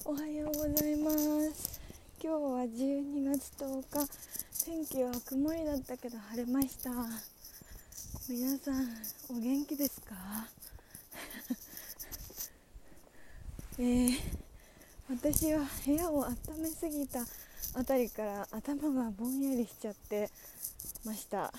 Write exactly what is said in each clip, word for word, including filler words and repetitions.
おはようございます。今日はじゅうにがつとおか、天気は曇りだったけど晴れました。皆さんお元気ですか？えー、私は部屋を温めすぎたあたりから頭がぼんやりしちゃってました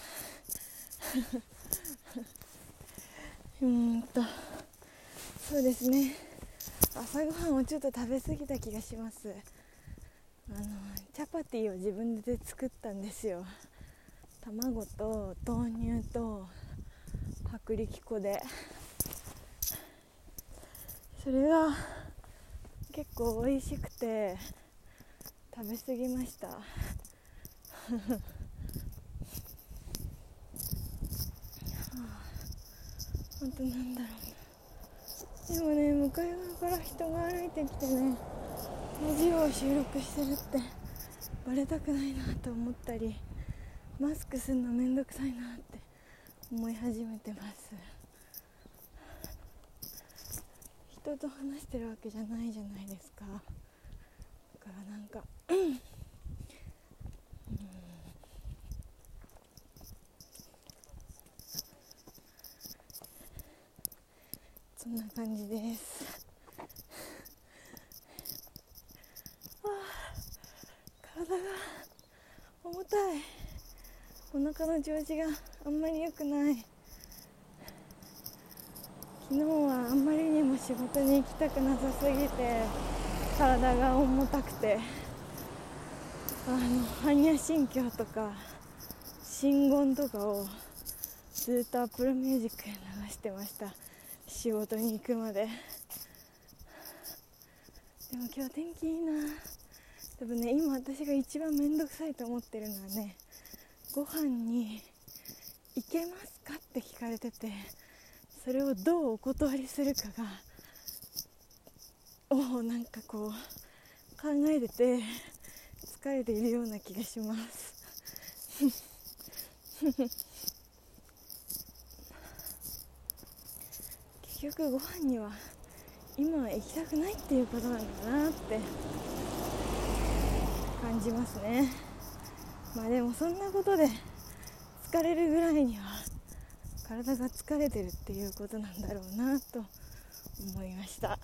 うーんとそうですね、朝ごはんをちょっと食べ過ぎた気がします。あのチャパティを自分で作ったんですよ。卵と豆乳と薄力粉で、それが結構美味しくて食べ過ぎました本当なんだろうな。でもね、向かい側から人が歩いてきてね、ラジオを収録してるってバレたくないなと思ったり、マスクするのめんどくさいなって思い始めてます。人と話してるわけじゃないじゃないですか。だからなんかうんそんな感じです。あー、体が重たい。お腹の調子があんまり良くない。昨日はあんまりにも仕事に行きたくなさすぎて体が重たくて、あの般若心経とか真言とかをずっとアップルミュージックで流してました。仕事に行くまで。でも今日天気いいな。多分ね、今私が一番めんどくさいと思ってるのはね、ご飯に行けますかって聞かれてて、それをどうお断りするかがをなんかこう考えてて疲れているような気がします結局ご飯には今は行きたくないっていうことなんだなって感じますね。まあでもそんなことで疲れるぐらいには体が疲れてるっていうことなんだろうなと思いました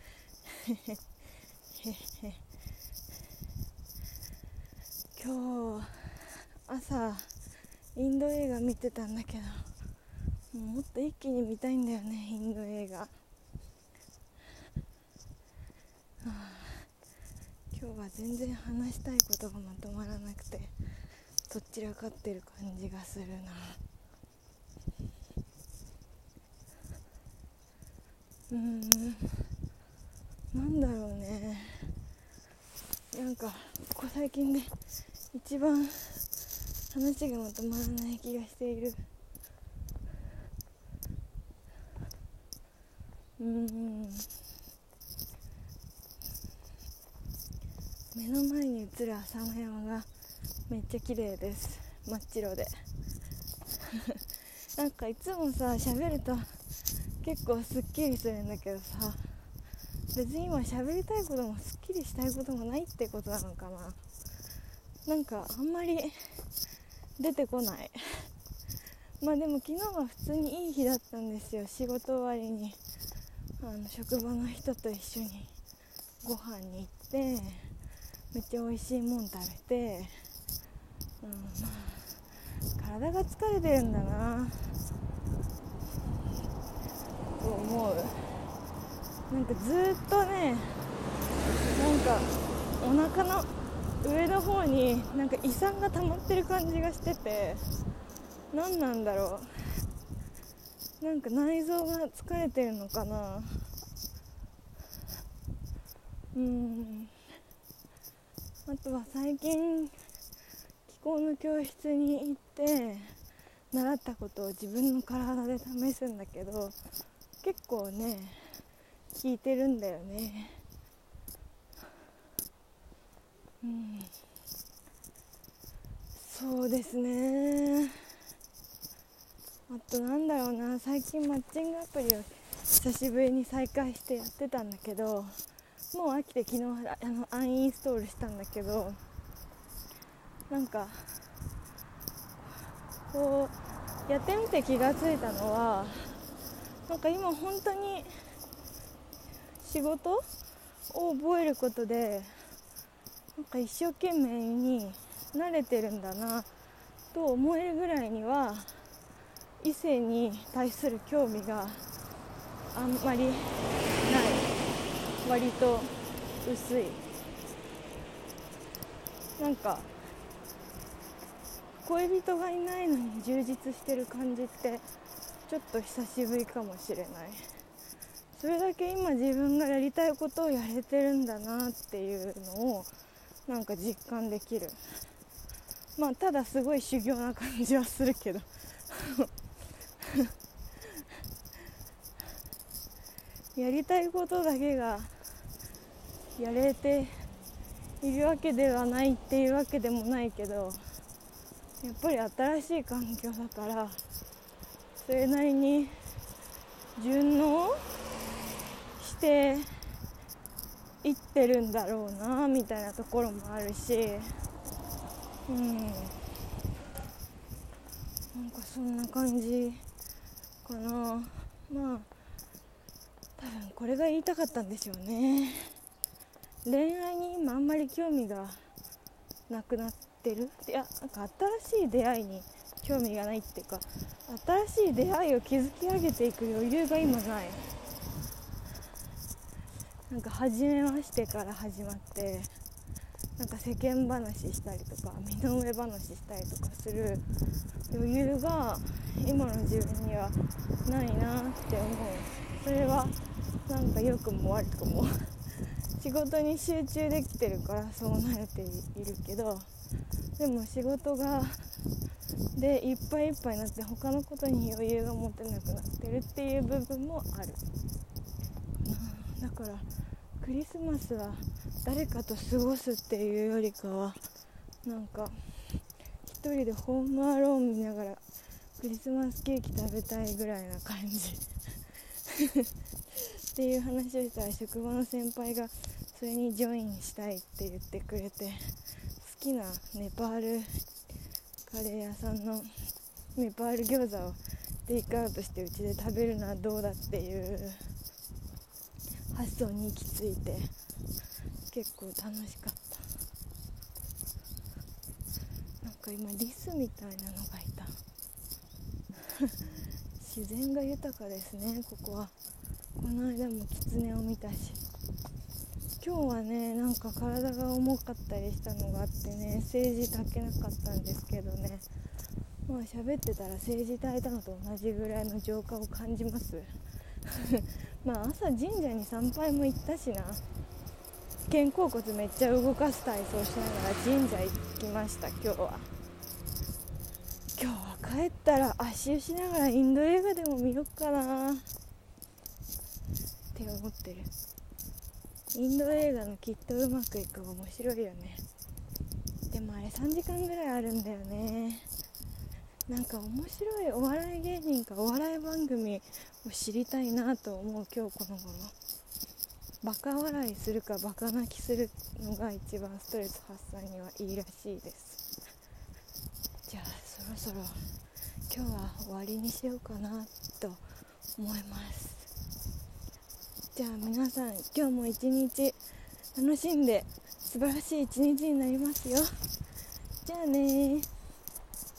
今日朝インド映画見てたんだけど、もっと一気に見たいんだよね、インド映画。今日は全然話したいことがまとまらなくてどちらかってる感じがするな。うーんなんだろうね、なんかここ最近で一番話がまとまらない気がしている。うーん目の前に映る浅間山がめっちゃ綺麗です。真っ白でなんかいつもさ喋ると結構すっきりするんだけどさ、別に今喋りたいこともすっきりしたいこともないってことなのかな。なんかあんまり出てこないまあでも昨日は普通にいい日だったんですよ。仕事終わりにあの職場の人と一緒にご飯に行ってめっちゃ美味しいもん食べて、うん、まあ体が疲れてるんだなと思う。なんかずっとね、なんかお腹の上の方になんか胃酸が溜まってる感じがしてて、何なんだろう。なんか内臓が疲れてるのかな。うーんあとは最近気候の教室に行って習ったことを自分の体で試すんだけど、結構ね効いてるんだよね。うんそうですね。あとなんだろうな、最近マッチングアプリを久しぶりに再開してやってたんだけど、 もう飽きて昨日あのアンインストールしたんだけど、なんかこうやってみて気がついたのは、なんか今本当に仕事を覚えることでなんか一生懸命に慣れてるんだなと思えるぐらいには異性に対する興味があんまりない、割と薄い。なんか恋人がいないのに充実してる感じってちょっと久しぶりかもしれない。それだけ今自分がやりたいことをやれてるんだなっていうのをなんか実感できる。まあただすごい修行な感じはするけどやりたいことだけがやれているわけではないっていうわけでもないけど、やっぱり新しい環境だからそれなりに順応していってるんだろうなみたいなところもあるし、うんなんかそんな感じかな。まあ多分これが言いたかったんでしょうね。恋愛に今あんまり興味がなくなってる。いや、なんか新しい出会いに興味がないっていうか、新しい出会いを築き上げていく余裕が今ない。なんか初めましてから始まって、なんか世間話したりとか身の上話したりとかする余裕が今の自分にはないなって思う。それはなんか良くも悪くも仕事に集中できてるからそうなれているけど、でも仕事がでいっぱいいっぱいになって他のことに余裕が持てなくなってるっていう部分もある。だからクリスマスは誰かと過ごすっていうよりかは、なんか一人でホームアローン見ながらクリスマスケーキ食べたいぐらいな感じっていう話をしたら、職場の先輩がそれにジョインしたいって言ってくれて、好きなネパールカレー屋さんのネパール餃子をテイクアウトしてうちで食べるのはどうだっていう発想に行き着いて結構楽しかった。なんか今リスみたいなのがいた自然が豊かですね、ここは。この間もキツネを見たし、今日はねなんか体が重かったりしたのがあってね、政治炊けなかったんですけどね、まあ喋ってたら政治炊いたのと同じぐらいの浄化を感じますまあ朝神社に参拝も行ったしな。肩甲骨めっちゃ動かす体操しながら神社行きました。今日は今日は帰ったら足湯しながらインド映画でも見よっかなって思ってる。インド映画のきっとうまくいく面白いよね。でもあれさんじかんぐらいあるんだよね。なんか面白いお笑い芸人かお笑い番組を知りたいなと思う今日この頃。バカ笑いするかバカ泣きするのが一番ストレス発散にはいいらしいです。じゃあそろそろ今日は終わりにしようかなと思います。じゃあ皆さん今日も一日楽しんで素晴らしい一日になりますよ。じゃあねー。